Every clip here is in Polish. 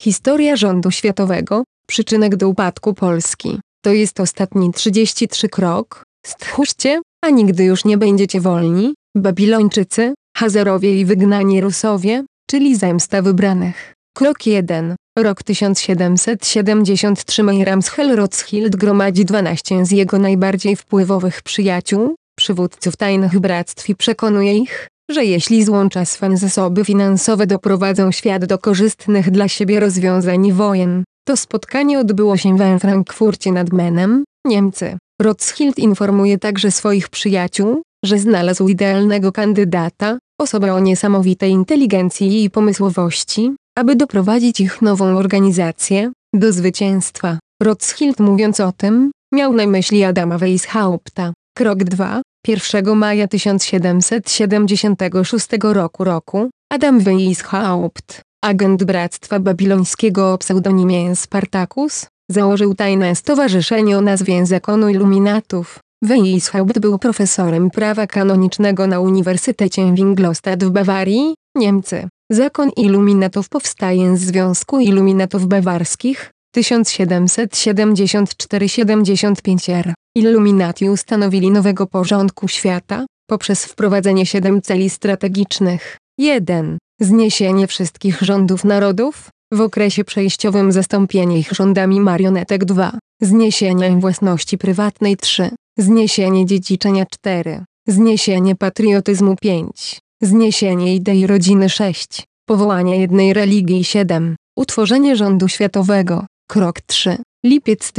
Historia rządu światowego, przyczynek do upadku Polski. To jest ostatni 33 krok. Stchórzcie, a nigdy już nie będziecie wolni. Babilończycy, Hazarowie i wygnani Rusowie, czyli zemsta wybranych. Krok 1. Rok 1773. Mejramschild Rothschild gromadzi 12 z jego najbardziej wpływowych przyjaciół, przywódców tajnych bractw i przekonuje ich, że jeśli złącza swe zasoby finansowe doprowadzą świat do korzystnych dla siebie rozwiązań wojen. To spotkanie odbyło się we Frankfurcie nad Menem, Niemcy. Rothschild informuje także swoich przyjaciół, że znalazł idealnego kandydata, osobę o niesamowitej inteligencji i pomysłowości, aby doprowadzić ich nową organizację do zwycięstwa. Rothschild, mówiąc o tym, miał na myśli Adama Weishaupta. Krok 2. 1 maja 1776 roku Adam Weishaupt, agent Bractwa Babilońskiego o pseudonimie Spartacus, założył tajne stowarzyszenie o nazwie Zakonu Iluminatów. Weishaupt był profesorem prawa kanonicznego na Uniwersytecie w Ingolstadt w Bawarii, Niemcy. Zakon Iluminatów powstaje z Związku Iluminatów Bawarskich, 1774-75 r. Illuminati ustanowili nowego porządku świata, poprzez wprowadzenie 7 celi strategicznych. 1. Zniesienie wszystkich rządów narodów, w okresie przejściowym zastąpienie ich rządami marionetek. 2. Zniesienie własności prywatnej. 3. Zniesienie dziedziczenia. 4. Zniesienie patriotyzmu. 5. Zniesienie idei rodziny. 6. Powołanie jednej religii. 7. Utworzenie rządu światowego. Krok 3. Lipiec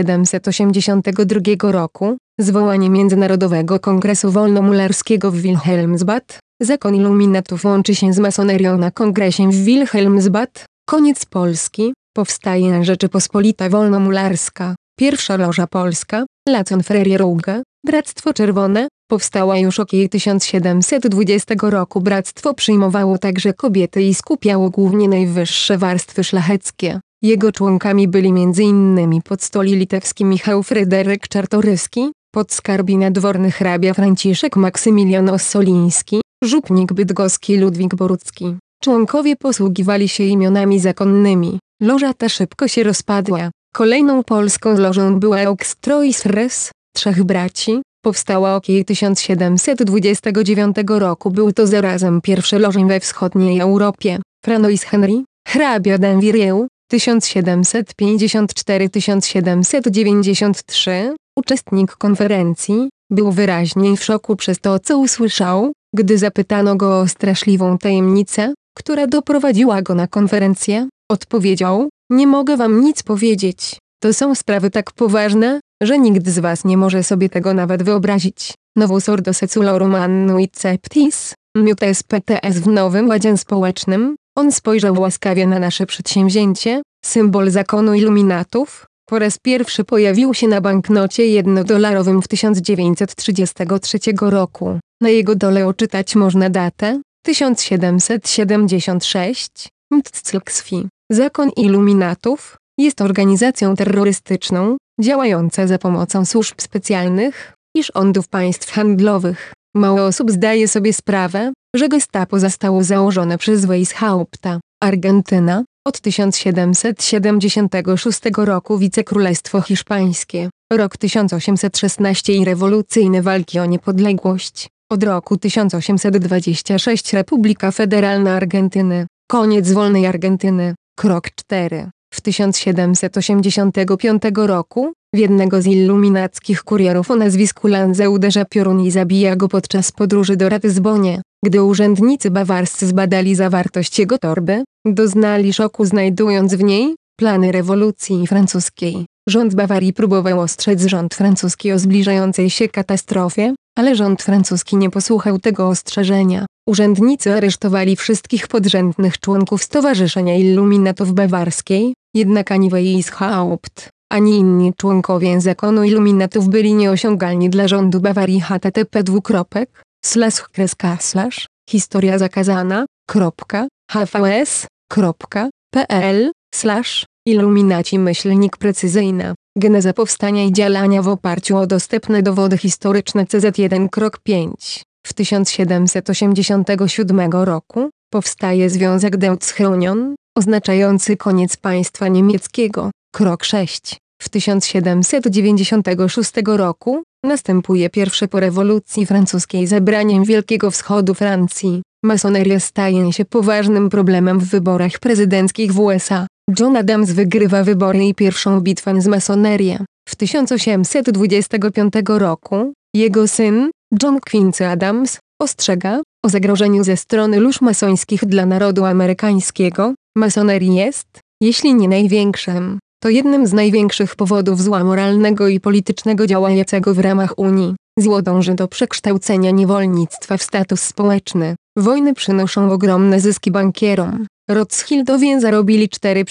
1782 roku, zwołanie Międzynarodowego Kongresu Wolnomularskiego w Wilhelmsbad. Zakon Iluminatów łączy się z masonerią na kongresie w Wilhelmsbad. Koniec Polski, powstaje Rzeczypospolita Wolnomularska. Pierwsza loża polska, Laconfrerieruge, Bractwo Czerwone, powstała już około 1720 roku. Bractwo przyjmowało także kobiety i skupiało głównie najwyższe warstwy szlacheckie. Jego członkami byli m.in. podstoli litewski Michał Fryderyk Czartoryski, podskarbie nadworny hrabia Franciszek Maksymilian Ossoliński, żupnik bydgoski Ludwik Borucki. Członkowie posługiwali się imionami zakonnymi. Loża ta szybko się rozpadła. Kolejną polską lożą była Auxtrois Trzech Braci, powstała około 1729 roku. Był to zarazem pierwsze loże we wschodniej Europie. Franois Henry, hrabia d'Anvirieu, 1754-1793, uczestnik konferencji, był wyraźnie w szoku przez to, co usłyszał, gdy zapytano go o straszliwą tajemnicę, która doprowadziła go na konferencję. Odpowiedział: nie mogę wam nic powiedzieć. To są sprawy tak poważne, że nikt z was nie może sobie tego nawet wyobrazić. Novus ordo seculorum annuit septis, mutes pts. W Nowym Ładzie Społecznym, on spojrzał łaskawie na nasze przedsięwzięcie. Symbol zakonu iluminatów po raz pierwszy pojawił się na banknocie $1 w 1933 roku. Na jego dole odczytać można datę 1776. Mtclksfi. Zakon iluminatów jest organizacją terrorystyczną, działająca za pomocą służb specjalnych i rządów państw handlowych. Mało osób zdaje sobie sprawę, że Gestapo zostało założone przez Weishaupta. Argentyna, od 1776 roku wicekrólestwo hiszpańskie, rok 1816 i rewolucyjne walki o niepodległość, od roku 1826 Republika Federalna Argentyny, koniec wolnej Argentyny. Krok 4. W 1785 roku, w jednego z iluminackich kurierów o nazwisku Lanza uderza piorun i zabija go podczas podróży do Ratyzbonie. Gdy urzędnicy bawarscy zbadali zawartość jego torby, doznali szoku, znajdując w niej plany rewolucji francuskiej. Rząd Bawarii próbował ostrzec rząd francuski o zbliżającej się katastrofie, ale rząd francuski nie posłuchał tego ostrzeżenia. Urzędnicy aresztowali wszystkich podrzędnych członków Stowarzyszenia Iluminatów Bawarskiej, jednak ani Weishaupt, ani inni członkowie zakonu iluminatów byli nieosiągalni dla rządu Bawarii. http://historia zakazana.hvs.pl/iluminaci-precyzyjna. Geneza powstania i działania w oparciu o dostępne dowody historyczne. CZ1. Krok 5. W 1787 roku powstaje Związek Deutschreunion, oznaczający koniec państwa niemieckiego. Krok 6. W 1796 roku następuje pierwsze po rewolucji francuskiej zebranie Wielkiego Wschodu Francji. Masoneria staje się poważnym problemem w wyborach prezydenckich w USA. John Adams wygrywa wybory i pierwszą bitwę z masonerią. W 1825 roku jego syn, John Quincy Adams, ostrzega o zagrożeniu ze strony lóż masońskich dla narodu amerykańskiego. Masonerii jest, jeśli nie największym, to jednym z największych powodów zła moralnego i politycznego działającego w ramach Unii. Zło dąży do przekształcenia niewolnictwa w status społeczny. Wojny przynoszą ogromne zyski bankierom. Rothschildowie zarobili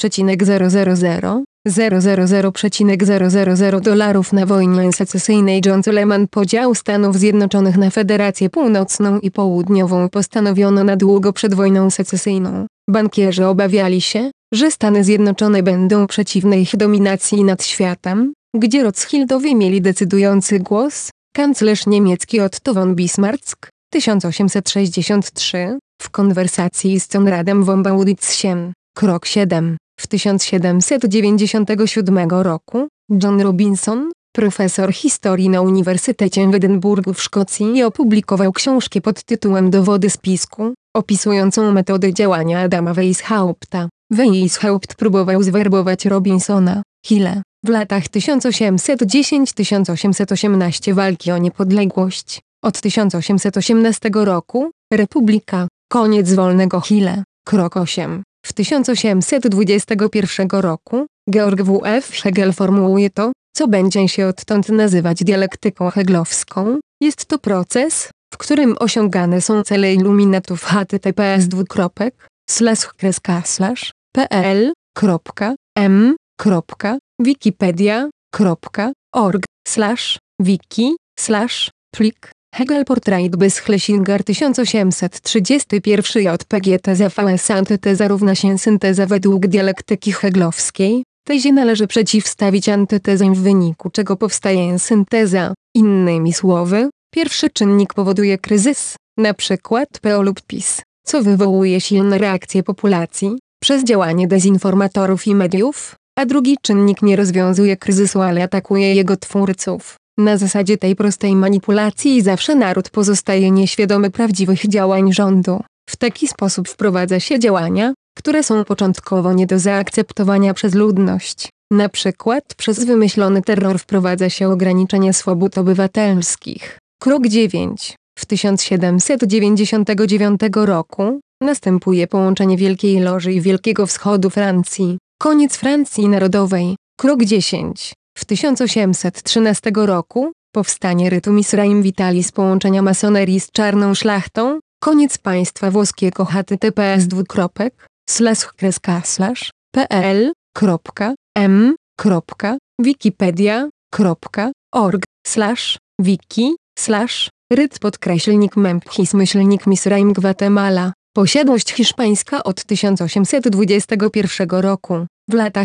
4,000,000,000 dolarów na wojnie secesyjnej. John Suleman podział Stanów Zjednoczonych na Federację Północną i Południową postanowiono na długo przed wojną secesyjną. Bankierzy obawiali się, że Stany Zjednoczone będą przeciwne ich dominacji nad światem, gdzie Rothschildowie mieli decydujący głos. Kanclerz niemiecki Otto von Bismarck, 1863, w konwersacji z Konradem von Mauriziem. Krok 7. W 1797 roku, John Robinson, profesor historii na Uniwersytecie w Edynburgu w Szkocji, opublikował książkę pod tytułem Dowody spisku, opisującą metodę działania Adama Weishaupta. Weishaupt próbował zwerbować Robinsona, Hillę. W latach 1810–1818 walki o niepodległość. Od 1818 roku, Republika, koniec wolnego Chile. Krok 8. W 1821 roku, Georg W.F. Hegel formułuje to, co będzie się odtąd nazywać dialektyką heglowską. Jest to proces, w którym osiągane są cele iluminatów. https://pl.m.wikipedia.org/wiki/plik Hegel Portrait by Schlesinger 1831 JPG teza vs antyteza równa się synteza według dialektyki heglowskiej. Tezie należy przeciwstawić antytezę, w wyniku czego powstaje synteza. Innymi słowy, pierwszy czynnik powoduje kryzys, np. PO lub PiS, co wywołuje silne reakcje populacji przez działanie dezinformatorów i mediów, a drugi czynnik nie rozwiązuje kryzysu, ale atakuje jego twórców. Na zasadzie tej prostej manipulacji zawsze naród pozostaje nieświadomy prawdziwych działań rządu. W taki sposób wprowadza się działania, które są początkowo nie do zaakceptowania przez ludność. Na przykład przez wymyślony terror wprowadza się ograniczenie swobód obywatelskich. Krok 9. W 1799 roku następuje połączenie Wielkiej Loży i Wielkiego Wschodu Francji. Koniec Francji Narodowej. Krok 10. W 1813 roku powstanie Ritu Misraim Vitalis, połączenia masonerii z czarną szlachtą. Koniec państwa włoskiego. https://pl.m.wiki/rit_memphis_misraim Gwatemala. Posiadłość hiszpańska od 1821 roku. W latach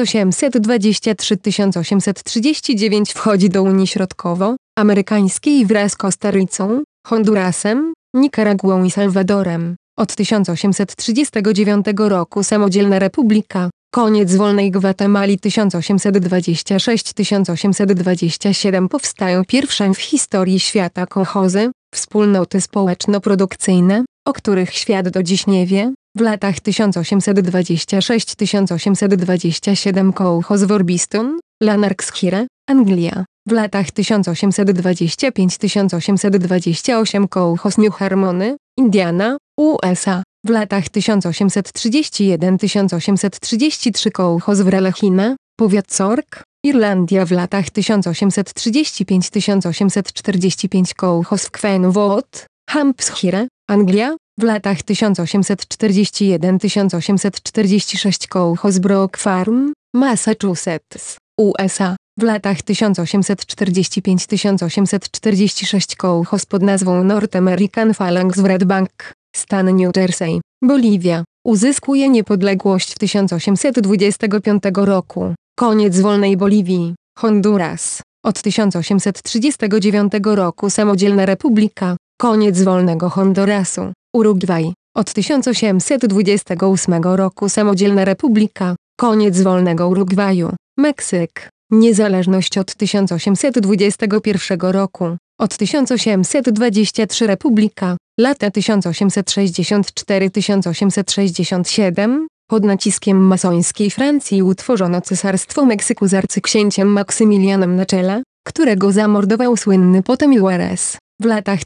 1823–1839 wchodzi do Unii Środkowo-Amerykańskiej wraz z Kostarycą, Hondurasem, Nikaraguą i Salwadorem. Od 1839 roku samodzielna republika. Koniec wolnej Gwatemali. 1826–1827 powstają pierwsze w historii świata kołchozy, wspólnoty społeczno-produkcyjne, o których świat do dziś nie wie. W latach 1826–1827 kołchoz Worbiston, Lanarkshire, Anglia. W latach 1825–1828 kołchoz New Harmony, Indiana, USA. W latach 1831–1833 kołchoz w Ralachine, powiat Cork, Irlandia. W latach 1835–1845 kołchoz w Quenwood, Hampshire, Anglia. W latach 1841–1846 kołchoz Brook Farm, Massachusetts, USA. W latach 1845–1846 kołchoz pod nazwą North American Phalanx w Red Bank, stan New Jersey, Boliwia. Uzyskuje niepodległość w 1825 roku. Koniec wolnej Boliwii. Honduras. Od 1839 roku samodzielna republika. Koniec wolnego Hondurasu. Urugwaj. Od 1828 roku samodzielna republika. Koniec wolnego Urugwaju. Meksyk. Niezależność od 1821 roku. Od 1823 republika. Lata 1864–1867. Pod naciskiem masońskiej Francji utworzono Cesarstwo Meksyku z arcyksięciem Maksymilianem na czele, którego zamordował słynny potem Juarez. W latach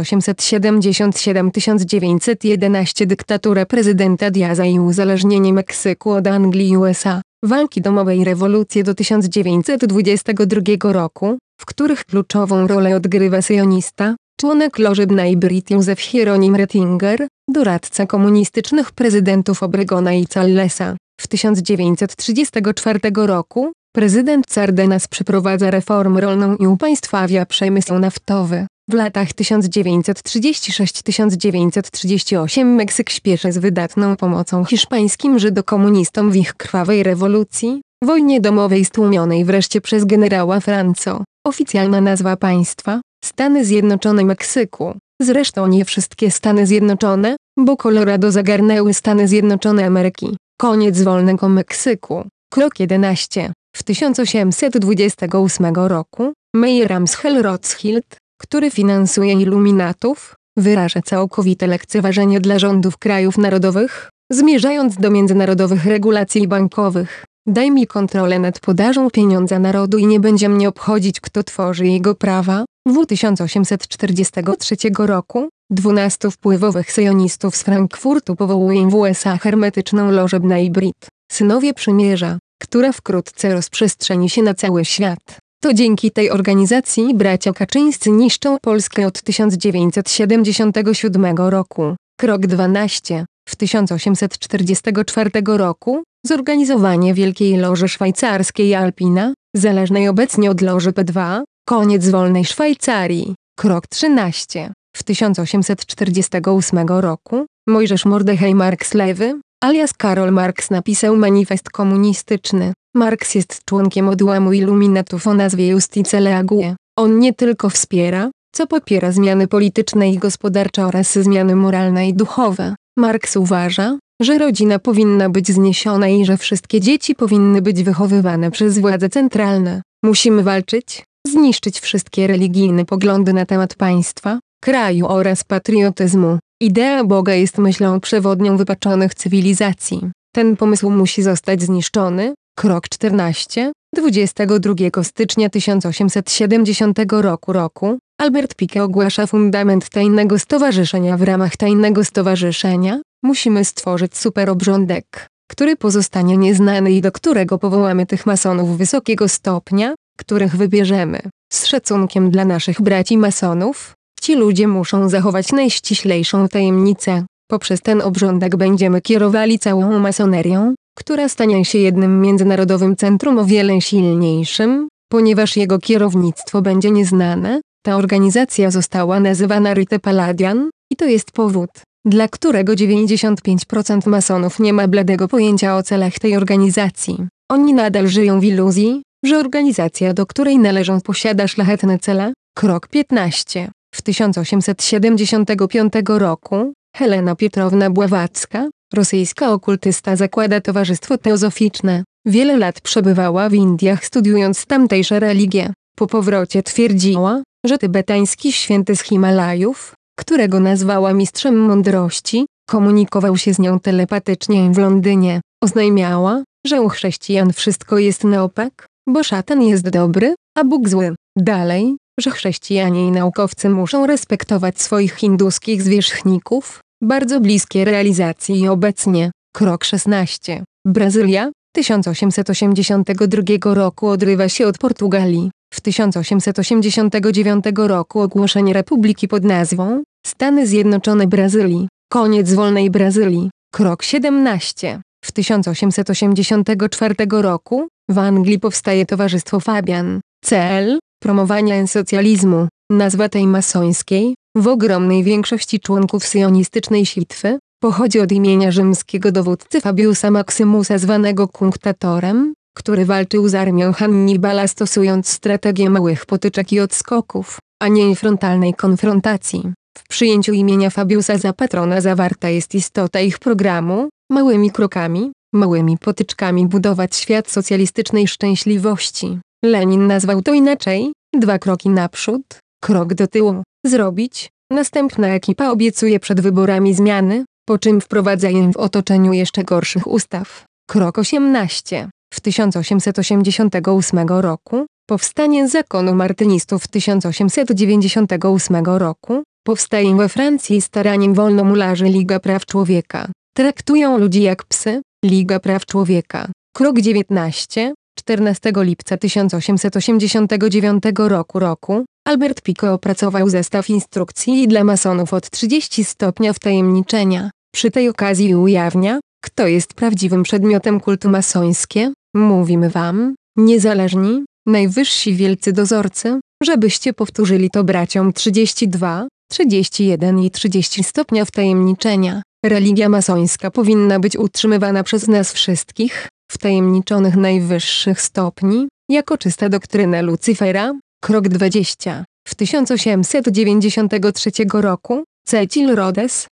1877–1911 dyktaturę prezydenta Diaza i uzależnienie Meksyku od Anglii i USA. Walki domowe i rewolucje do 1922 roku, w których kluczową rolę odgrywa syjonista, członek Loży B'nai B'rith Józef Hieronim Ratzinger, doradca komunistycznych prezydentów Obregona i Callesa. W 1934 roku prezydent Cárdenas przeprowadza reformę rolną i upaństwawia przemysł naftowy. W latach 1936–1938 Meksyk śpieszy z wydatną pomocą hiszpańskim żydokomunistom w ich krwawej rewolucji, wojnie domowej stłumionej wreszcie przez generała Franco. Oficjalna nazwa państwa: Stany Zjednoczone Meksyku. Zresztą nie wszystkie Stany Zjednoczone, bo Colorado zagarnęły Stany Zjednoczone Ameryki. Koniec wolnego Meksyku. Krok 11. W 1828 roku Meyer Amschel Rothschild, który finansuje iluminatów, wyraża całkowite lekceważenie dla rządów krajów narodowych, zmierzając do międzynarodowych regulacji bankowych. Daj mi kontrolę nad podażą pieniądza narodu i nie będzie mnie obchodzić, kto tworzy jego prawa. W 1843 roku 12 wpływowych syjonistów z Frankfurtu powołuje w USA hermetyczną Lożę B'nai B'rith, Synowie Przymierza, która wkrótce rozprzestrzeni się na cały świat. To dzięki tej organizacji bracia Kaczyńscy niszczą Polskę od 1977 roku. Krok 12. W 1844 roku zorganizowanie Wielkiej Loży Szwajcarskiej Alpina, zależnej obecnie od Loży P2, koniec wolnej Szwajcarii. Krok 13. W 1848 roku Mojżesz Mordechaj Marks Lewy, alias Karol Marx, napisał manifest komunistyczny. Marx jest członkiem odłamu iluminatów o nazwie Justice League. On nie tylko wspiera, co popiera zmiany polityczne i gospodarcze oraz zmiany moralne i duchowe. Marx uważa, że rodzina powinna być zniesiona i że wszystkie dzieci powinny być wychowywane przez władze centralne. Musimy walczyć, zniszczyć wszystkie religijne poglądy na temat państwa, kraju oraz patriotyzmu. Idea Boga jest myślą przewodnią wypaczonych cywilizacji. Ten pomysł musi zostać zniszczony. Krok 14. 22 stycznia 1870 roku Albert Pike ogłasza fundament tajnego stowarzyszenia. W ramach tajnego stowarzyszenia musimy stworzyć superobrządek, który pozostanie nieznany i do którego powołamy tych masonów wysokiego stopnia, których wybierzemy. Z szacunkiem dla naszych braci masonów, ci ludzie muszą zachować najściślejszą tajemnicę. Poprzez ten obrządek będziemy kierowali całą masonerią, która stanie się jednym międzynarodowym centrum o wiele silniejszym, ponieważ jego kierownictwo będzie nieznane. Ta organizacja została nazywana Rite Palladian i to jest powód, dla którego 95% masonów nie ma bladego pojęcia o celach tej organizacji. Oni nadal żyją w iluzji, że organizacja, do której należą, posiada szlachetne cele. Krok 15. W 1875 roku Helena Pietrowna Bławacka, rosyjska okultysta, zakłada towarzystwo teozoficzne. Wiele lat przebywała w Indiach, studiując tamtejsze religie. Po powrocie twierdziła, że tybetański święty z Himalajów, którego nazwała mistrzem mądrości, komunikował się z nią telepatycznie w Londynie. Oznajmiała, że u chrześcijan wszystko jest na opak, bo szatan jest dobry, a Bóg zły. Dalej, że chrześcijanie i naukowcy muszą respektować swoich hinduskich zwierzchników, bardzo bliskie realizacji obecnie. Krok 16. Brazylia, 1882 roku odrywa się od Portugalii. W 1889 roku ogłoszenie republiki pod nazwą Stany Zjednoczone Brazylii. Koniec wolnej Brazylii. Krok 17. W 1884 roku w Anglii powstaje Towarzystwo Fabian. Cel: promowanie socjalizmu. Nazwa tej masońskiej, w ogromnej większości członków syjonistycznej sitwy, pochodzi od imienia rzymskiego dowódcy Fabiusa Maximusa zwanego kunktatorem, który walczył z armią Hannibala stosując strategię małych potyczek i odskoków, a nie frontalnej konfrontacji. W przyjęciu imienia Fabiusa za patrona zawarta jest istota ich programu: małymi krokami, małymi potyczkami budować świat socjalistycznej szczęśliwości. Lenin nazwał to inaczej: 2 kroki naprzód, krok do tyłu. Zrobić. Następna ekipa obiecuje przed wyborami zmiany, po czym wprowadza je w otoczeniu jeszcze gorszych ustaw. Krok 18. W 1888 roku powstanie zakonu martynistów. 1898 roku powstaje we Francji staraniem wolnomularzy Liga Praw Człowieka. Traktują ludzi jak psy. Liga Praw Człowieka. Krok 19. 14 lipca 1889 roku Albert Pico opracował zestaw instrukcji dla masonów od 30 stopnia wtajemniczenia. Przy tej okazji ujawnia, kto jest prawdziwym przedmiotem kultu masońskie. Mówimy wam, niezależni, najwyżsi wielcy dozorcy, żebyście powtórzyli to braciom 32, 31 i 30 stopnia wtajemniczenia. Religia masońska powinna być utrzymywana przez nas wszystkich, wtajemniczonych najwyższych stopni, jako czysta doktryna Lucyfera. Krok 20. W 1893 roku Cecil Rhodes,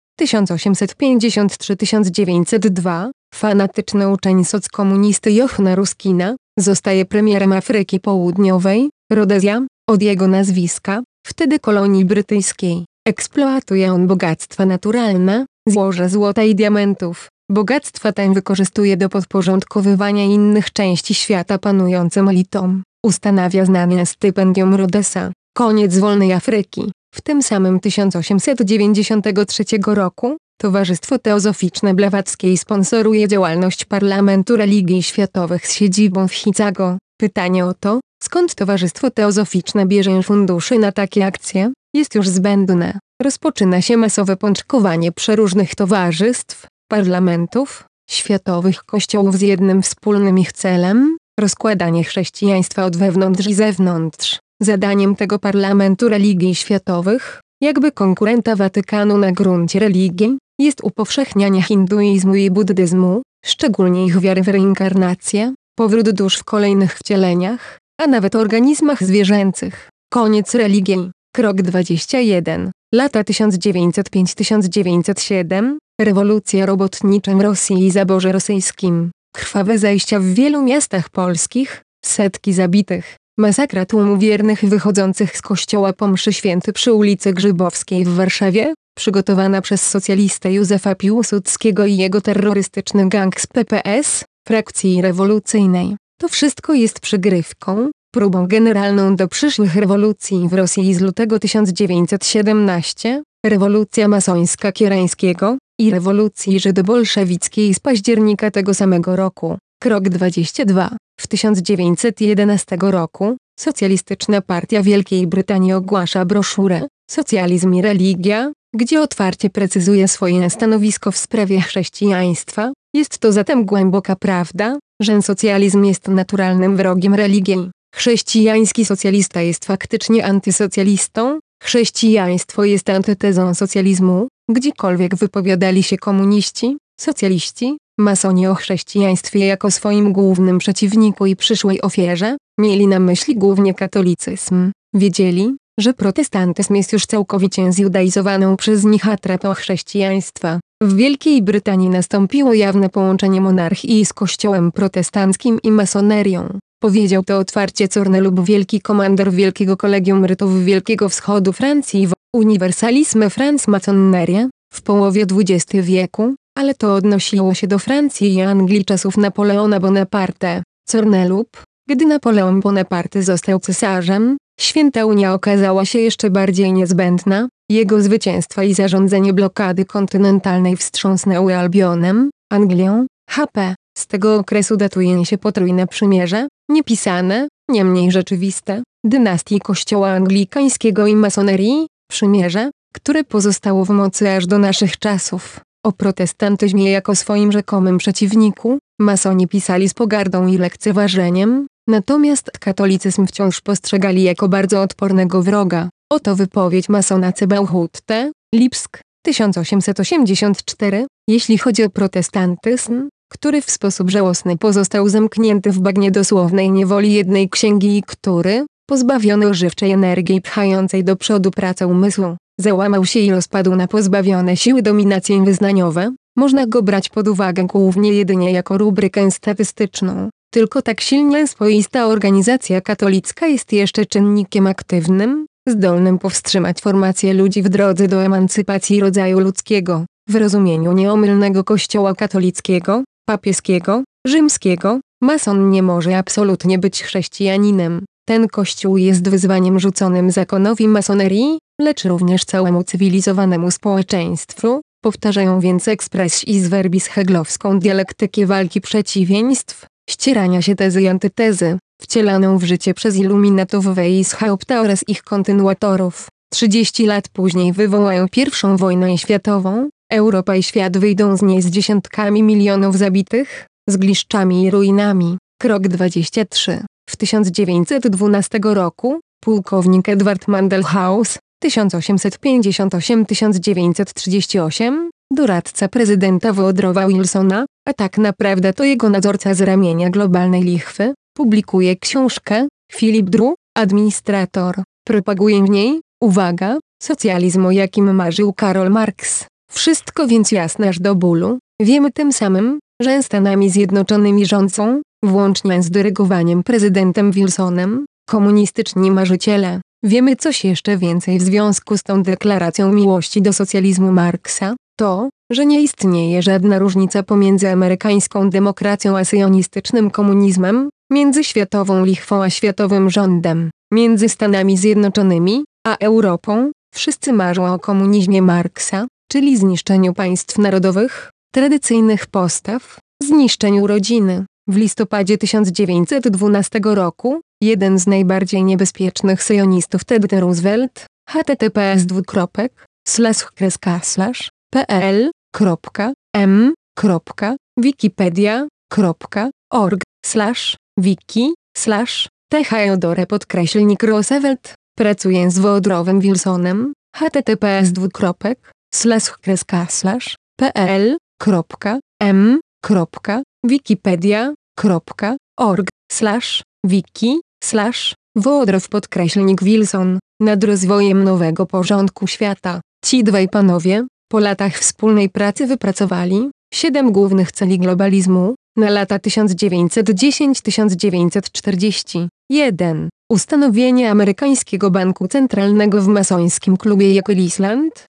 1853-1902, fanatyczny uczeń sockomunisty Johanna Ruskina, zostaje premierem Afryki Południowej. Rhodesia, od jego nazwiska, wtedy kolonii brytyjskiej. Eksploatuje on bogactwa naturalne, złoże złota i diamentów. Bogactwa te wykorzystuje do podporządkowywania innych części świata panującym elitom. Ustanawia znane stypendium Rhodesa. Koniec wolnej Afryki. W tym samym 1893 roku Towarzystwo Teozoficzne Blawatskiej sponsoruje działalność Parlamentu Religii Światowych z siedzibą w Chicago. Pytanie o to, skąd Towarzystwo Teozoficzne bierze fundusze na takie akcje, jest już zbędne. Rozpoczyna się masowe pączkowanie przeróżnych towarzystw, parlamentów, światowych kościołów z jednym wspólnym ich celem: rozkładanie chrześcijaństwa od wewnątrz i zewnątrz. Zadaniem tego Parlamentu Religii Światowych, jakby konkurenta Watykanu na gruncie religii, jest upowszechnianie hinduizmu i buddyzmu, szczególnie ich wiary w reinkarnację, powrót dusz w kolejnych wcieleniach, a nawet organizmach zwierzęcych. Koniec religii. Krok 21. Lata 1905-1907. Rewolucja robotnicza w Rosji i zaborze rosyjskim. Krwawe zajścia w wielu miastach polskich, setki zabitych. Masakra tłumu wiernych wychodzących z kościoła po mszy święty przy ulicy Grzybowskiej w Warszawie, przygotowana przez socjalistę Józefa Piłsudskiego i jego terrorystyczny gang z PPS, frakcji rewolucyjnej. To wszystko jest przygrywką, próbą generalną do przyszłych rewolucji w Rosji z lutego 1917, rewolucja masońska Kierańskiego i rewolucji żydobolszewickiej z października tego samego roku. Krok 22. W 1911 roku Socjalistyczna Partia Wielkiej Brytanii ogłasza broszurę Socjalizm i religia, gdzie otwarcie precyzuje swoje stanowisko w sprawie chrześcijaństwa. Jest to zatem głęboka prawda, że socjalizm jest naturalnym wrogiem religii. Chrześcijański socjalista jest faktycznie antysocjalistą. Chrześcijaństwo jest antytezą socjalizmu. Gdziekolwiek wypowiadali się komuniści, socjaliści, masoni o chrześcijaństwie jako swoim głównym przeciwniku i przyszłej ofierze, mieli na myśli głównie katolicyzm. Wiedzieli, że protestantyzm jest już całkowicie zjudaizowaną przez nich atrapą chrześcijaństwa. W Wielkiej Brytanii nastąpiło jawne połączenie monarchii z kościołem protestanckim i masonerią. Powiedział to otwarcie Cornelub, wielki komandor Wielkiego Kolegium Rytów Wielkiego Wschodu Francji w Universalisme France Maçonnerie w połowie XX wieku, ale to odnosiło się do Francji i Anglii czasów Napoleona Bonaparte. Cornelub, gdy Napoleon Bonaparte został cesarzem, Święta Unia okazała się jeszcze bardziej niezbędna. Jego zwycięstwa i zarządzenie blokady kontynentalnej wstrząsnęły Albionem, Anglią, HP. Z tego okresu datuje się potrójne przymierze, niepisane, niemniej rzeczywiste, dynastii kościoła anglikańskiego i masonerii, przymierze, które pozostało w mocy aż do naszych czasów. O protestantyzmie jako swoim rzekomym przeciwniku, masoni pisali z pogardą i lekceważeniem, natomiast katolicyzm wciąż postrzegali jako bardzo odpornego wroga. Oto wypowiedź masona Cebauchutte, Lipsk, 1884, jeśli chodzi o protestantyzm, który w sposób żałosny pozostał zamknięty w bagnie dosłownej niewoli jednej księgi i który, pozbawiony ożywczej energii pchającej do przodu pracę umysłu, załamał się i rozpadł na pozbawione siły dominacje wyznaniowe, można go brać pod uwagę głównie jedynie jako rubrykę statystyczną. Tylko tak silnie swoista organizacja katolicka jest jeszcze czynnikiem aktywnym, zdolnym powstrzymać formację ludzi w drodze do emancypacji rodzaju ludzkiego, w rozumieniu nieomylnego Kościoła katolickiego, papieskiego, rzymskiego. Mason nie może absolutnie być chrześcijaninem. Ten Kościół jest wyzwaniem rzuconym zakonowi masonerii, lecz również całemu cywilizowanemu społeczeństwu. Powtarzają więc expressis verbis heglowską dialektykę walki przeciwieństw, ścierania się tezy i antytezy, wcielaną w życie przez iluminatów Weishaupta oraz ich kontynuatorów. 30 lat później wywołają I wojnę światową, Europa i świat wyjdą z niej z dziesiątkami milionów zabitych, zgliszczami i ruinami. Krok 23. W 1912 roku, pułkownik Edward Mandelhaus, 1858–1938, doradca prezydenta Woodrowa Wilsona, a tak naprawdę to jego nadzorca z ramienia globalnej lichwy, publikuje książkę Philip Drew, administrator. Propaguje w niej, uwaga, socjalizm, o jakim marzył Karol Marx. Wszystko więc jasne aż do bólu. Wiemy tym samym, że Stanami Zjednoczonymi rządzą, włącznie z dyrygowaniem prezydentem Wilsonem, komunistyczni marzyciele. Wiemy coś jeszcze więcej w związku z tą deklaracją miłości do socjalizmu Marksa, to, że nie istnieje żadna różnica pomiędzy amerykańską demokracją a syjonistycznym komunizmem, między światową lichwą a światowym rządem, między Stanami Zjednoczonymi a Europą. Wszyscy marzą o komunizmie Marksa, czyli zniszczeniu państw narodowych, tradycyjnych postaw, zniszczeniu rodziny. W listopadzie 1912 roku, jeden z najbardziej niebezpiecznych syjonistów Teddy Roosevelt, https://pl.m.wikipedia.org/wiki/Theodore_Roosevelt, pracując z Woodrowem Wilsonem, https://pl.m.wiki/Woodrow_Wilson, nad rozwojem nowego porządku świata. Ci dwaj panowie, po latach wspólnej pracy wypracowali 7 głównych celi globalizmu, na lata 1910–1940. 1. Ustanowienie amerykańskiego banku centralnego w masońskim klubie Jekyll Island,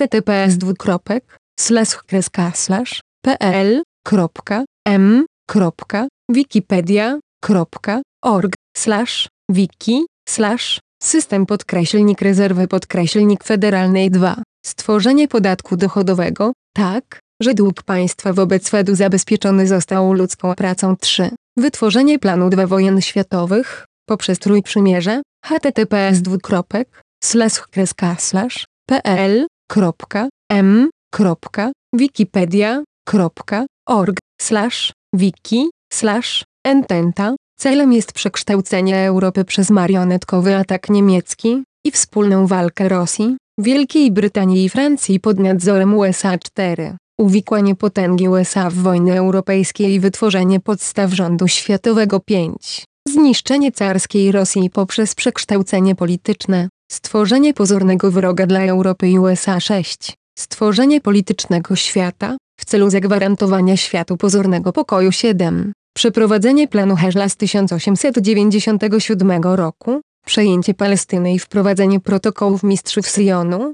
https://pl.m.wiki/wiki/system_rezerwy federalnej. 2. Stworzenie podatku dochodowego, tak, że dług państwa wobec Fedu zabezpieczony został ludzką pracą. 3. Wytworzenie planu II wojen światowych, poprzez Trójprzymierze, https://pl.m.wiki/ententa. Celem jest przekształcenie Europy przez marionetkowy atak niemiecki i wspólną walkę Rosji, Wielkiej Brytanii i Francji pod nadzorem USA. 4. Uwikłanie potęgi USA w wojny europejskie i wytworzenie podstaw rządu światowego. 5. Zniszczenie carskiej Rosji poprzez przekształcenie polityczne, stworzenie pozornego wroga dla Europy i USA. 6. Stworzenie politycznego świata, w celu zagwarantowania światu pozornego pokoju. 7. Przeprowadzenie planu Herschela z 1897 roku, przejęcie Palestyny i wprowadzenie protokołów mistrzów Syjonu,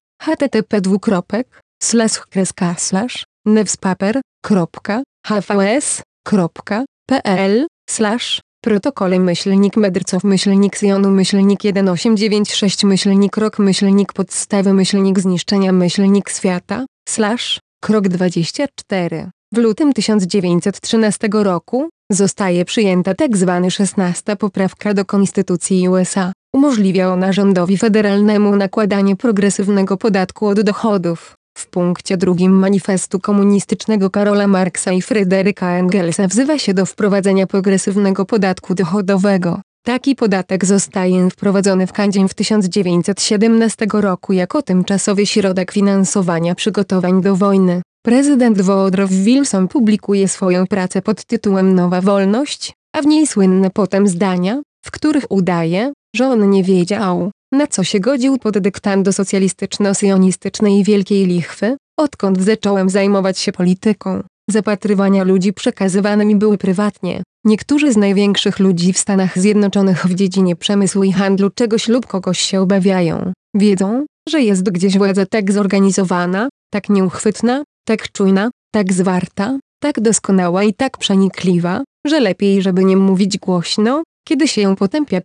http://nevspaper.pl/protokole-Syjonu-podstawy-zniszczenia-świata, Krok 24. W lutym 1913 roku zostaje przyjęta tzw. 16. poprawka do Konstytucji USA. Umożliwia ona rządowi federalnemu nakładanie progresywnego podatku od dochodów. W punkcie 2 manifestu komunistycznego Karola Marksa i Fryderyka Engelsa wzywa się do wprowadzenia progresywnego podatku dochodowego. Taki podatek zostaje wprowadzony w Kanadzie w 1917 roku jako tymczasowy środek finansowania przygotowań do wojny. Prezydent Woodrow Wilson publikuje swoją pracę pod tytułem Nowa Wolność, a w niej słynne potem zdania, w których udaje, że on nie wiedział, na co się godził pod dyktando socjalistyczno-sionistycznej Wielkiej Lichwy, odkąd zacząłem zajmować się polityką. Zapatrywania ludzi przekazywane mi były prywatnie. Niektórzy z największych ludzi w Stanach Zjednoczonych w dziedzinie przemysłu i handlu czegoś lub kogoś się obawiają. Wiedzą, że jest gdzieś władza tak zorganizowana, tak nieuchwytna, tak czujna, tak zwarta, tak doskonała i tak przenikliwa, że lepiej żeby nie mówić głośno, kiedy się ją potępia.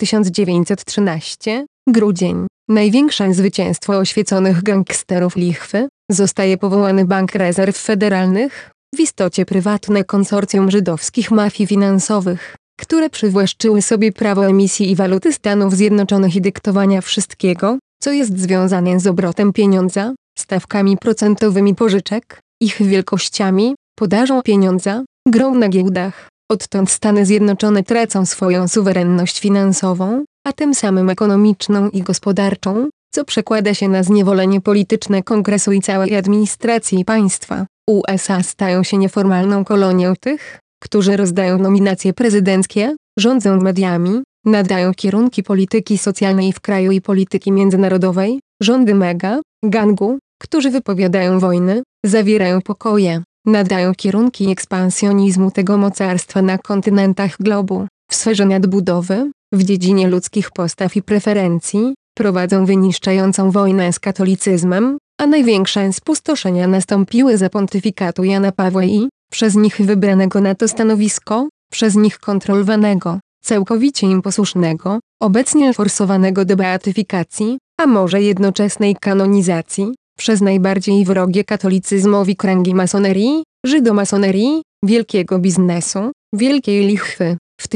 1913, grudzień. Największe zwycięstwo oświeconych gangsterów Lichwy. Zostaje powołany Bank Rezerw Federalnych, w istocie prywatne konsorcjum żydowskich mafii finansowych, które przywłaszczyły sobie prawo emisji i waluty Stanów Zjednoczonych i dyktowania wszystkiego, co jest związane z obrotem pieniądza, stawkami procentowymi pożyczek, ich wielkościami, podażą pieniądza, grą na giełdach. Odtąd Stany Zjednoczone tracą swoją suwerenność finansową, a tym samym ekonomiczną i gospodarczą, co przekłada się na zniewolenie polityczne Kongresu i całej administracji państwa. USA stają się nieformalną kolonią tych, którzy rozdają nominacje prezydenckie, rządzą mediami, nadają kierunki polityki socjalnej w kraju i polityki międzynarodowej, rządy mega, gangu, którzy wypowiadają wojny, zawierają pokoje, nadają kierunki ekspansjonizmu tego mocarstwa na kontynentach globu, w sferze nadbudowy, w dziedzinie ludzkich postaw i preferencji, prowadzą wyniszczającą wojnę z katolicyzmem, a największe spustoszenia nastąpiły za pontyfikatu Jana Pawła I, przez nich wybranego na to stanowisko, przez nich kontrolowanego, całkowicie im posłusznego, obecnie forsowanego do beatyfikacji, a może jednoczesnej kanonizacji, przez najbardziej wrogie katolicyzmowi kręgi masonerii, żydomasonerii, wielkiego biznesu, Wielkiej Lichwy. W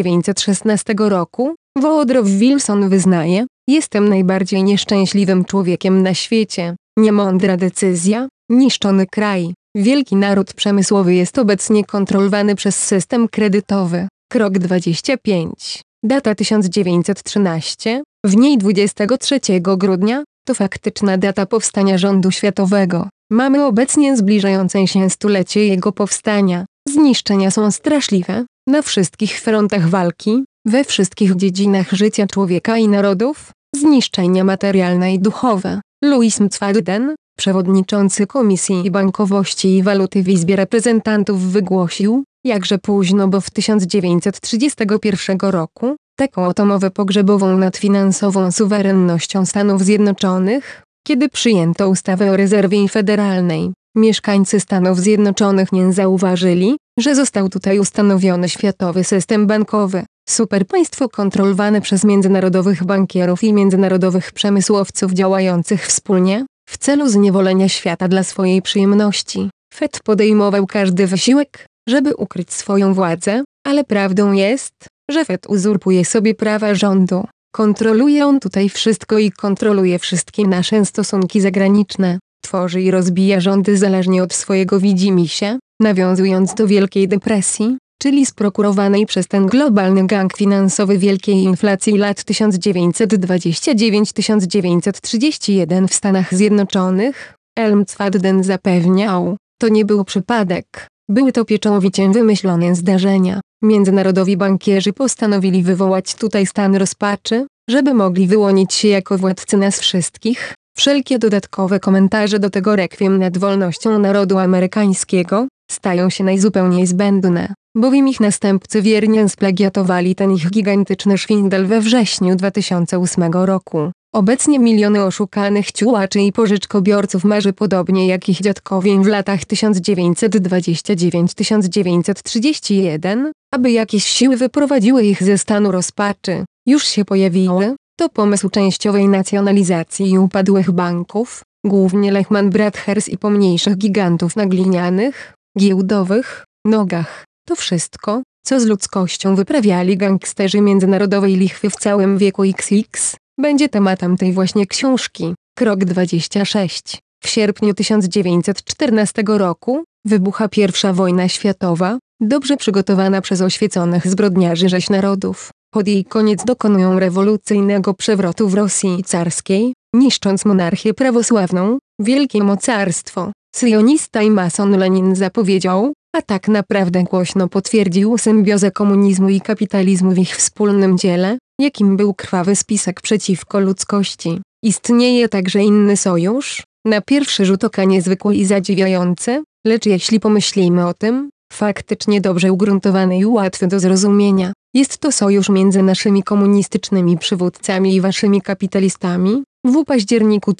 1916 roku Woodrow Wilson wyznaje: jestem najbardziej nieszczęśliwym człowiekiem na świecie. Niemądra decyzja, niszczony kraj, wielki naród przemysłowy jest obecnie kontrolowany przez system kredytowy. Krok 25. Data 1913, w niej 23 grudnia, to faktyczna data powstania rządu światowego. Mamy obecnie zbliżające się stulecie jego powstania. Zniszczenia są straszliwe, na wszystkich frontach walki, we wszystkich dziedzinach życia człowieka i narodów, zniszczenia materialne i duchowe. Louis McFadden, przewodniczący Komisji Bankowości i Waluty w Izbie Reprezentantów wygłosił, jakże późno, bo w 1931 roku, taką oto mowę pogrzebową nad finansową suwerennością Stanów Zjednoczonych, kiedy przyjęto ustawę o rezerwie federalnej. Mieszkańcy Stanów Zjednoczonych nie zauważyli, że został tutaj ustanowiony światowy system bankowy, superpaństwo kontrolowane przez międzynarodowych bankierów i międzynarodowych przemysłowców działających wspólnie, w celu zniewolenia świata dla swojej przyjemności. Fed podejmował każdy wysiłek, żeby ukryć swoją władzę, ale prawdą jest, że Fed uzurpuje sobie prawa rządu. Kontroluje on tutaj wszystko i kontroluje wszystkie nasze stosunki zagraniczne. Tworzy i rozbija rządy zależnie od swojego widzimisię, nawiązując do Wielkiej Depresji, czyli sprokurowanej przez ten globalny gang finansowy wielkiej inflacji lat 1929-1931 w Stanach Zjednoczonych. McFadden zapewniał, to nie był przypadek, były to pieczołowicie wymyślone zdarzenia. Międzynarodowi bankierzy postanowili wywołać tutaj stan rozpaczy, żeby mogli wyłonić się jako władcy nas wszystkich. Wszelkie dodatkowe komentarze do tego rekwiem nad wolnością narodu amerykańskiego stają się najzupełniej zbędne, bowiem ich następcy wiernie splagiatowali ten ich gigantyczny szwindel we wrześniu 2008 roku. Obecnie miliony oszukanych ciułaczy i pożyczkobiorców marzy podobnie jak ich dziadkowie w latach 1929-1931, aby jakieś siły wyprowadziły ich ze stanu rozpaczy. Już się pojawiły. To pomysł częściowej nacjonalizacji i upadłych banków, głównie Lehman Brothers i pomniejszych gigantów na glinianych, giełdowych, nogach. To wszystko, co z ludzkością wyprawiali gangsterzy międzynarodowej lichwy w całym wieku XX, będzie tematem tej właśnie książki. Krok 26. W sierpniu 1914 roku wybucha I wojna światowa, dobrze przygotowana przez oświeconych zbrodniarzy rzeź narodów. Pod jej koniec dokonują rewolucyjnego przewrotu w Rosji carskiej, niszcząc monarchię prawosławną, wielkie mocarstwo. Syjonista i mason Lenin zapowiedział, a tak naprawdę głośno potwierdził symbiozę komunizmu i kapitalizmu w ich wspólnym dziele, jakim był krwawy spisek przeciwko ludzkości. Istnieje także inny sojusz, na pierwszy rzut oka niezwykły i zadziwiający, lecz jeśli pomyślimy o tym, faktycznie dobrze ugruntowany i łatwy do zrozumienia. Jest to sojusz między naszymi komunistycznymi przywódcami i waszymi kapitalistami. W październiku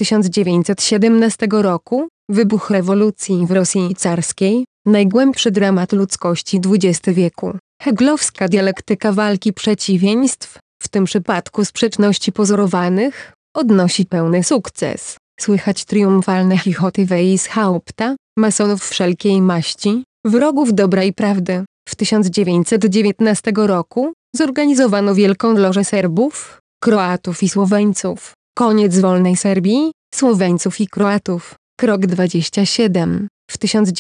1917 roku, wybuch rewolucji w Rosji carskiej, najgłębszy dramat ludzkości XX wieku. Heglowska dialektyka walki przeciwieństw, w tym przypadku sprzeczności pozorowanych, odnosi pełny sukces. Słychać triumfalne chichoty Weishaupta, masonów wszelkiej maści, wrogów dobra i prawdy. W 1919 roku zorganizowano Wielką Lożę Serbów, Kroatów i Słoweńców. Koniec wolnej Serbii, Słoweńców i Kroatów. Krok 27. W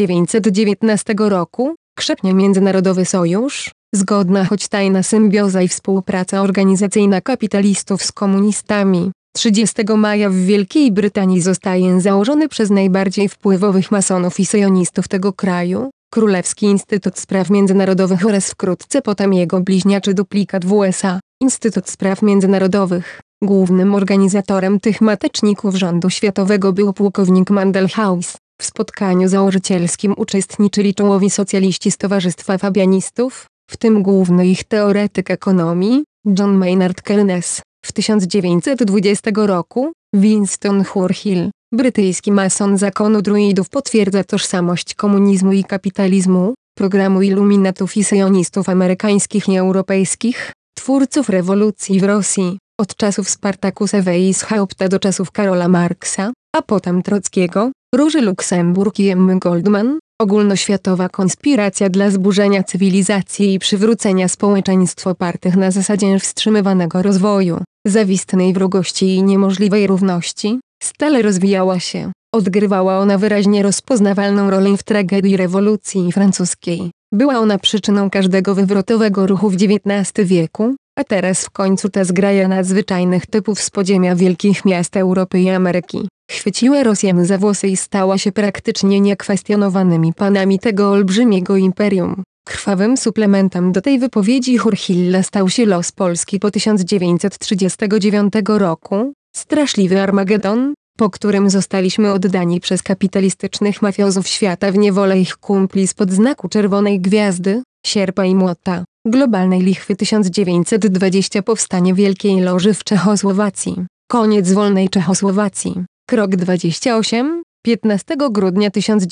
1919 roku krzepnie Międzynarodowy Sojusz, zgodna choć tajna symbioza i współpraca organizacyjna kapitalistów z komunistami. 30 maja w Wielkiej Brytanii zostaje założony przez najbardziej wpływowych masonów i sionistów tego kraju, Królewski Instytut Spraw Międzynarodowych oraz wkrótce potem jego bliźniaczy duplikat w USA, Instytut Spraw Międzynarodowych. Głównym organizatorem tych mateczników rządu światowego był pułkownik Mandelhaus. W spotkaniu założycielskim uczestniczyli czołowi socjaliści z Towarzystwa Fabianistów, w tym główny ich teoretyk ekonomii, John Maynard Keynes. W 1920 roku, Winston Churchill, brytyjski mason zakonu druidów, potwierdza tożsamość komunizmu i kapitalizmu, programu iluminatów i sionistów amerykańskich i europejskich, twórców rewolucji w Rosji, od czasów Spartakusa Weishaupta do czasów Karola Marksa, a potem Trockiego, Róży Luksemburg i Emmy Goldman, ogólnoświatowa konspiracja dla zburzenia cywilizacji i przywrócenia społeczeństw opartych na zasadzie wstrzymywanego rozwoju, zawistnej wrogości i niemożliwej równości, stale rozwijała się. Odgrywała ona wyraźnie rozpoznawalną rolę w tragedii rewolucji francuskiej. Była ona przyczyną każdego wywrotowego ruchu w XIX wieku, a teraz w końcu ta zgraja nadzwyczajnych typów z podziemia wielkich miast Europy i Ameryki chwyciła Rosję za włosy i stała się praktycznie niekwestionowanymi panami tego olbrzymiego imperium. Krwawym suplementem do tej wypowiedzi Churchilla stał się los Polski po 1939 roku, straszliwy Armagedon, po którym zostaliśmy oddani przez kapitalistycznych mafiozów świata w niewolę ich kumpli spod znaku Czerwonej Gwiazdy, Sierpa i Młota, globalnej lichwy. 1920 powstanie Wielkiej Loży w Czechosłowacji. Koniec wolnej Czechosłowacji. Krok 28. 15 grudnia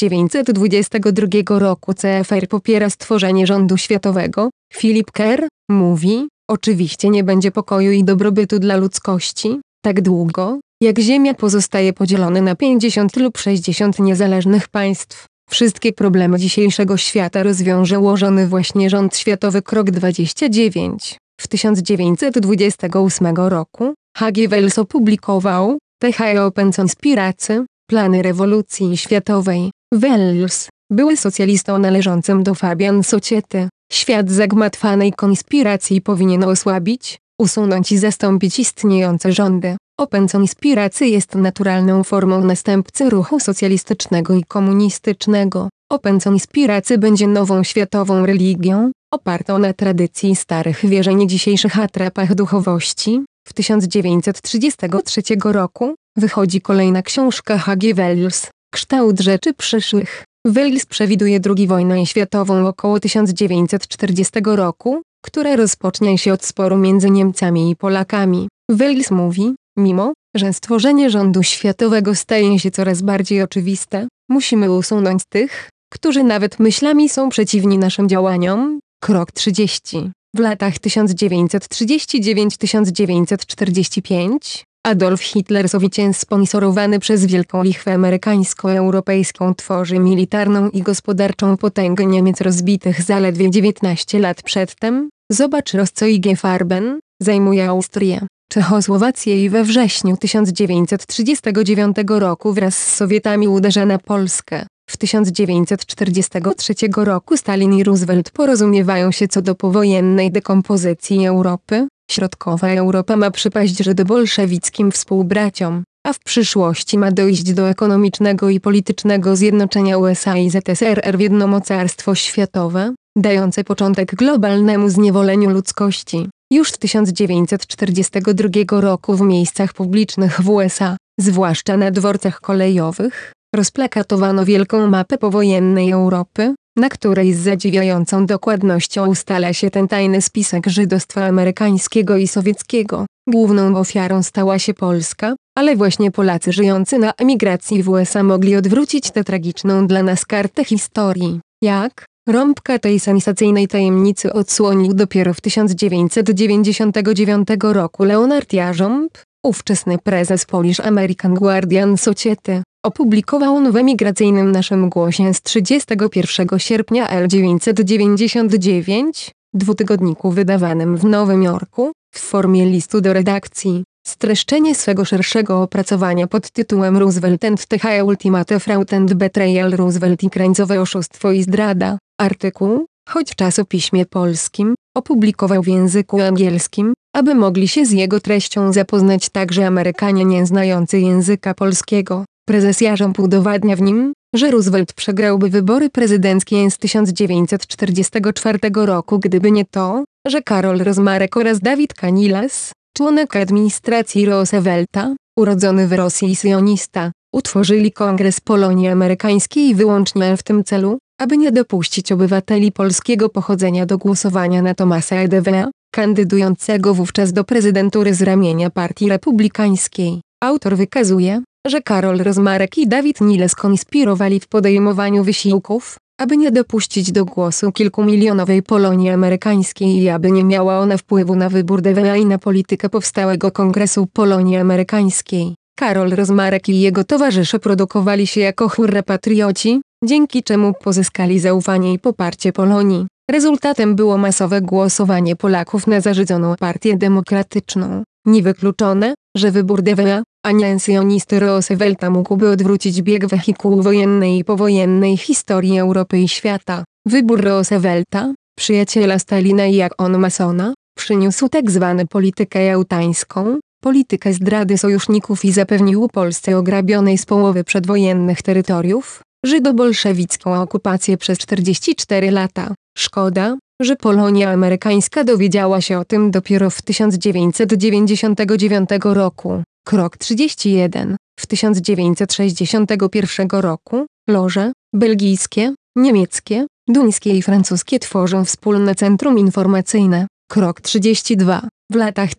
1922 roku CFR popiera stworzenie rządu światowego. Philip Kerr mówi: oczywiście nie będzie pokoju i dobrobytu dla ludzkości, tak długo, jak Ziemia pozostaje podzielona na 50 lub 60 niezależnych państw. Wszystkie problemy dzisiejszego świata rozwiąże ułożony właśnie rząd światowy. Krok 29. W 1928 roku H.G. Wells opublikował The Open Conspiracy, plany rewolucji światowej. Wells, były socjalistą należącym do Fabian Society, świat zagmatwanej konspiracji powinien osłabić, usunąć i zastąpić istniejące rządy. Open Conspiracy jest naturalną formą następcy ruchu socjalistycznego i komunistycznego. Open Conspiracy będzie nową światową religią, opartą na tradycji starych wierzeń i dzisiejszych atrapach duchowości. W 1933 roku wychodzi kolejna książka H.G. Wells, Kształt rzeczy przyszłych. Wells przewiduje II wojnę światową około 1940 roku, która rozpocznie się od sporu między Niemcami i Polakami. Wells mówi: mimo, że stworzenie rządu światowego staje się coraz bardziej oczywiste, musimy usunąć tych, którzy nawet myślami są przeciwni naszym działaniom. Krok 30. W latach 1939–1945 Adolf Hitler, sowiecien sponsorowany przez Wielką Lichwę amerykańsko-europejską, tworzy militarną i gospodarczą potęgę Niemiec rozbitych zaledwie 19 lat przedtem. Zobacz Rozzeige Farben, zajmuje Austrię, Czechosłowację i we wrześniu 1939 roku wraz z Sowietami uderza na Polskę. W 1943 roku Stalin i Roosevelt porozumiewają się co do powojennej dekompozycji Europy. Środkowa Europa ma przypaść żydobolszewickim współbraciom, a w przyszłości ma dojść do ekonomicznego i politycznego zjednoczenia USA i ZSRR w jedno mocarstwo światowe, dające początek globalnemu zniewoleniu ludzkości. Już 1942 roku w miejscach publicznych w USA, zwłaszcza na dworcach kolejowych, rozplakatowano wielką mapę powojennej Europy, na której z zadziwiającą dokładnością ustala się ten tajny spisek żydostwa amerykańskiego i sowieckiego. Główną ofiarą stała się Polska, ale właśnie Polacy żyjący na emigracji w USA mogli odwrócić tę tragiczną dla nas kartę historii. Jak? Rąbka tej sensacyjnej tajemnicy odsłonił dopiero w 1999 roku Leonard Jarząb, ówczesny prezes Polish American Guardian Society. Opublikował on w emigracyjnym Naszym Głosie z 31 sierpnia 1999, dwutygodniku wydawanym w Nowym Jorku, w formie listu do redakcji, streszczenie swego szerszego opracowania pod tytułem Roosevelt and the Ultimate Fraud and Betrayal Roosevelt i krańcowe oszustwo i zdrada. Artykuł, choć w czasopiśmie polskim, opublikował w języku angielskim, aby mogli się z jego treścią zapoznać także Amerykanie nie znający języka polskiego. Prezes Jarząb udowadnia w nim, że Roosevelt przegrałby wybory prezydenckie z 1944 roku, gdyby nie to, że Karol Rozmarek oraz Dawid Kaniles, członek administracji Roosevelta, urodzony w Rosji sionista, utworzyli Kongres Polonii Amerykańskiej wyłącznie w tym celu, aby nie dopuścić obywateli polskiego pochodzenia do głosowania na Thomasa Edwarda, kandydującego wówczas do prezydentury z ramienia Partii Republikańskiej. Autor wykazuje, że Karol Rozmarek i Dawid Niles konspirowali w podejmowaniu wysiłków, aby nie dopuścić do głosu kilkumilionowej Polonii Amerykańskiej i aby nie miała ona wpływu na wybór Dewea i na politykę powstałego Kongresu Polonii Amerykańskiej. Karol Rozmarek i jego towarzysze produkowali się jako hurra patrioci, dzięki czemu pozyskali zaufanie i poparcie Polonii. Rezultatem było masowe głosowanie Polaków na zarzydzoną partię demokratyczną. Niewykluczone, że wybór Dewea, a nie sionisty Roosevelta mógłby odwrócić bieg wehikułu wojennej i powojennej historii Europy i świata. Wybór Roosevelta, przyjaciela Stalina i jak on masona, przyniósł tzw. politykę jałtańską, politykę zdrady sojuszników i zapewnił Polsce ograbionej z połowy przedwojennych terytoriów, żydobolszewicką okupację przez 44 lata. Szkoda, że Polonia Amerykańska dowiedziała się o tym dopiero w 1999 roku. Krok 31. W 1961 roku, loże, belgijskie, niemieckie, duńskie i francuskie tworzą wspólne centrum informacyjne. Krok 32. W latach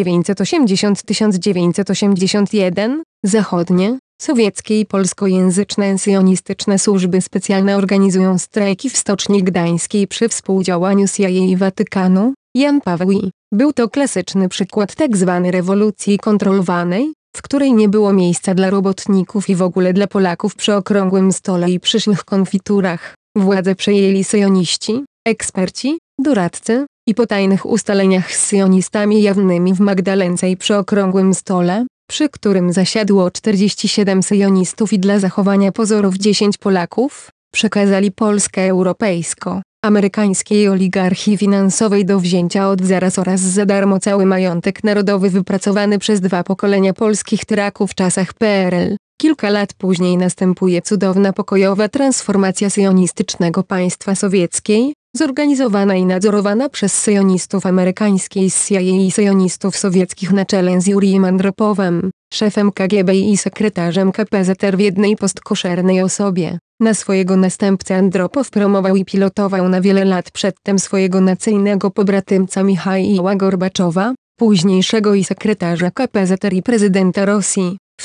1980–1981, zachodnie, sowieckie i polskojęzyczne sionistyczne służby specjalne organizują strajki w Stoczni Gdańskiej przy współdziałaniu CIA i Watykanu. Jan Paweł I. Był to klasyczny przykład tzw. rewolucji kontrolowanej, w której nie było miejsca dla robotników i w ogóle dla Polaków przy okrągłym stole i przyszłych konfiturach. Władzę przejęli syjoniści, eksperci, doradcy i po tajnych ustaleniach z syjonistami jawnymi w Magdalence i przy okrągłym stole, przy którym zasiadło 47 syjonistów i dla zachowania pozorów 10 Polaków, przekazali Polskę europejsko-amerykańskiej oligarchii finansowej do wzięcia od zaraz oraz za darmo cały majątek narodowy wypracowany przez 2 pokolenia polskich tyraków w czasach PRL. Kilka lat później następuje cudowna pokojowa transformacja syjonistycznego państwa sowieckiej, zorganizowana i nadzorowana przez syjonistów amerykańskiej z CIA i syjonistów sowieckich na czele z Jurijem Andropowem, szefem KGB i sekretarzem KPZR w jednej postkoszernej osobie. Na swojego następcę Andropow promował i pilotował na wiele lat przedtem swojego nacyjnego pobratymca Michaiła Gorbaczowa, późniejszego i sekretarza KPZR i prezydenta Rosji. W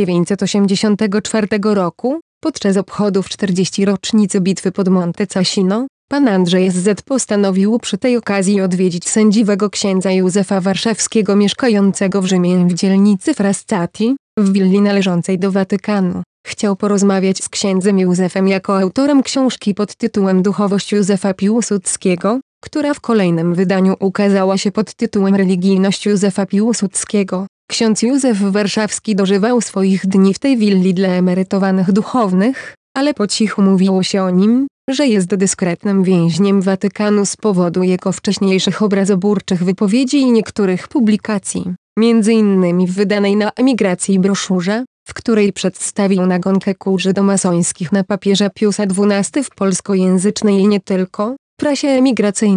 1984 roku, podczas obchodów 40. rocznicy bitwy pod Monte Cassino, pan Andrzej SZ postanowił przy tej okazji odwiedzić sędziwego księdza Józefa Warszawskiego mieszkającego w Rzymie w dzielnicy Frascati, w willi należącej do Watykanu. Chciał porozmawiać z księdzem Józefem jako autorem książki pod tytułem Duchowość Józefa Piłsudskiego, która w kolejnym wydaniu ukazała się pod tytułem Religijność Józefa Piłsudskiego. Ksiądz Józef Warszawski dożywał swoich dni w tej willi dla emerytowanych duchownych, ale po cichu mówiło się o nim, że jest dyskretnym więźniem Watykanu z powodu jego wcześniejszych obrazoburczych wypowiedzi i niektórych publikacji, między innymi w wydanej na emigracji broszurze, w której przedstawił nagonkę ku żydomasońskich na papieża Piusa XII w polskojęzycznej i nie tylko, prasie emigracyjnej.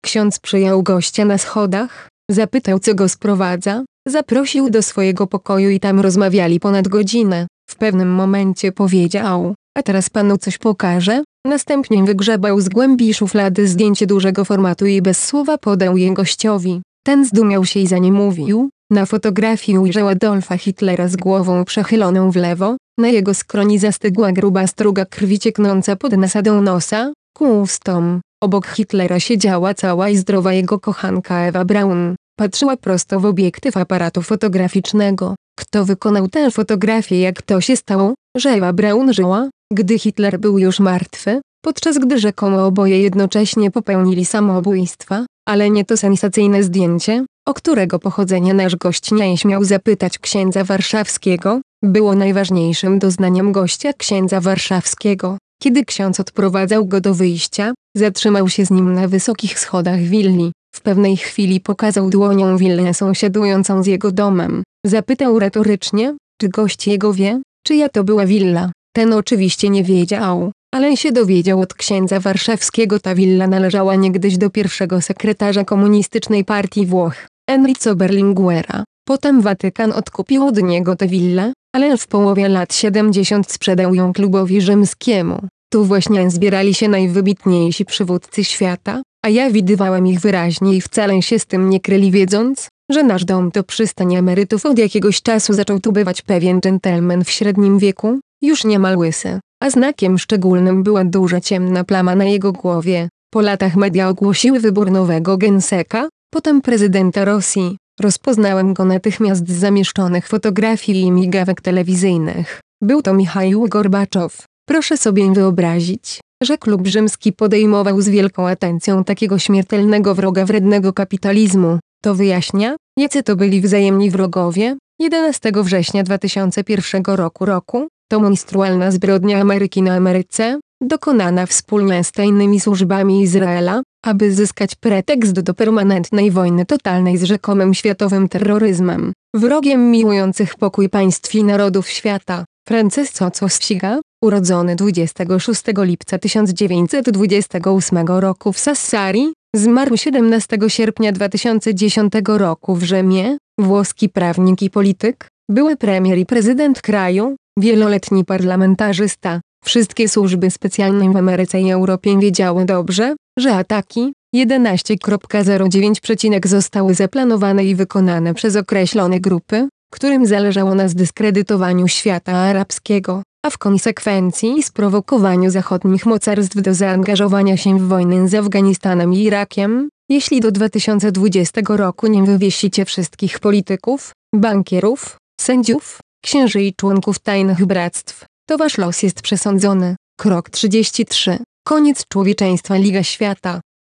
Ksiądz przyjął gościa na schodach, zapytał co go sprowadza, zaprosił do swojego pokoju i tam rozmawiali ponad godzinę. W pewnym momencie powiedział: a teraz panu coś pokażę. Następnie wygrzebał z głębi szuflady zdjęcie dużego formatu i bez słowa podał je gościowi. Ten zdumiał się i za nie mówił. Na fotografii ujrzał Adolfa Hitlera z głową przechyloną w lewo, na jego skroni zastygła gruba struga krwi cieknąca pod nasadą nosa, ku ustom. Obok Hitlera siedziała cała i zdrowa jego kochanka Ewa Braun. Patrzyła prosto w obiektyw aparatu fotograficznego. Kto wykonał tę fotografię? Jak to się stało, że Ewa Braun żyła, gdy Hitler był już martwy, podczas gdy rzekomo oboje jednocześnie popełnili samobójstwa? Ale nie to sensacyjne zdjęcie, o którego pochodzenie nasz gość nie śmiał zapytać księdza warszawskiego, było najważniejszym doznaniem gościa księdza warszawskiego. Kiedy ksiądz odprowadzał go do wyjścia, zatrzymał się z nim na wysokich schodach willi. W pewnej chwili pokazał dłonią willę sąsiadującą z jego domem. Zapytał retorycznie, czy gość jego wie, czyja to była willa. Ten oczywiście nie wiedział, ale się dowiedział od księdza warszawskiego. Ta willa należała niegdyś do pierwszego sekretarza komunistycznej partii Włoch, Enrico Berlinguera. Potem Watykan odkupił od niego tę willę, ale w połowie lat 70 sprzedał ją klubowi rzymskiemu. Tu właśnie zbierali się najwybitniejsi przywódcy świata, a ja widywałem ich wyraźnie i wcale się z tym nie kryli, wiedząc, że nasz dom to przystań emerytów. Od jakiegoś czasu zaczął tu bywać pewien dżentelmen w średnim wieku, już niemal łysy, a znakiem szczególnym była duża ciemna plama na jego głowie. Po latach media ogłosiły wybór nowego genseka, potem prezydenta Rosji. Rozpoznałem go natychmiast z zamieszczonych fotografii i migawek telewizyjnych. Był to Michaił Gorbaczow. Proszę sobie wyobrazić, że klub rzymski podejmował z wielką atencją takiego śmiertelnego wroga wrednego kapitalizmu. To wyjaśnia, jacy to byli wzajemni wrogowie. 11 września 2001 roku to monstrualna zbrodnia Ameryki na Ameryce, dokonana wspólnie z tajnymi służbami Izraela, aby zyskać pretekst do permanentnej wojny totalnej z rzekomym światowym terroryzmem, wrogiem miłujących pokój państw i narodów świata. Francesco Cossiga, urodzony 26 lipca 1928 roku w Sassari, zmarł 17 sierpnia 2010 roku w Rzymie, włoski prawnik i polityk, były premier i prezydent kraju, wieloletni parlamentarzysta. Wszystkie służby specjalne w Ameryce i Europie wiedziały dobrze, że ataki 11,09 zostały zaplanowane i wykonane przez określone grupy, którym zależało na zdyskredytowaniu świata arabskiego, a w konsekwencji sprowokowaniu zachodnich mocarstw do zaangażowania się w wojnę z Afganistanem i Irakiem. Jeśli do 2020 roku nie wywiesicie wszystkich polityków, bankierów, sędziów, księży i członków tajnych bractw, to wasz los jest przesądzony. Krok 33. Koniec człowieczeństwa. Liga Świata.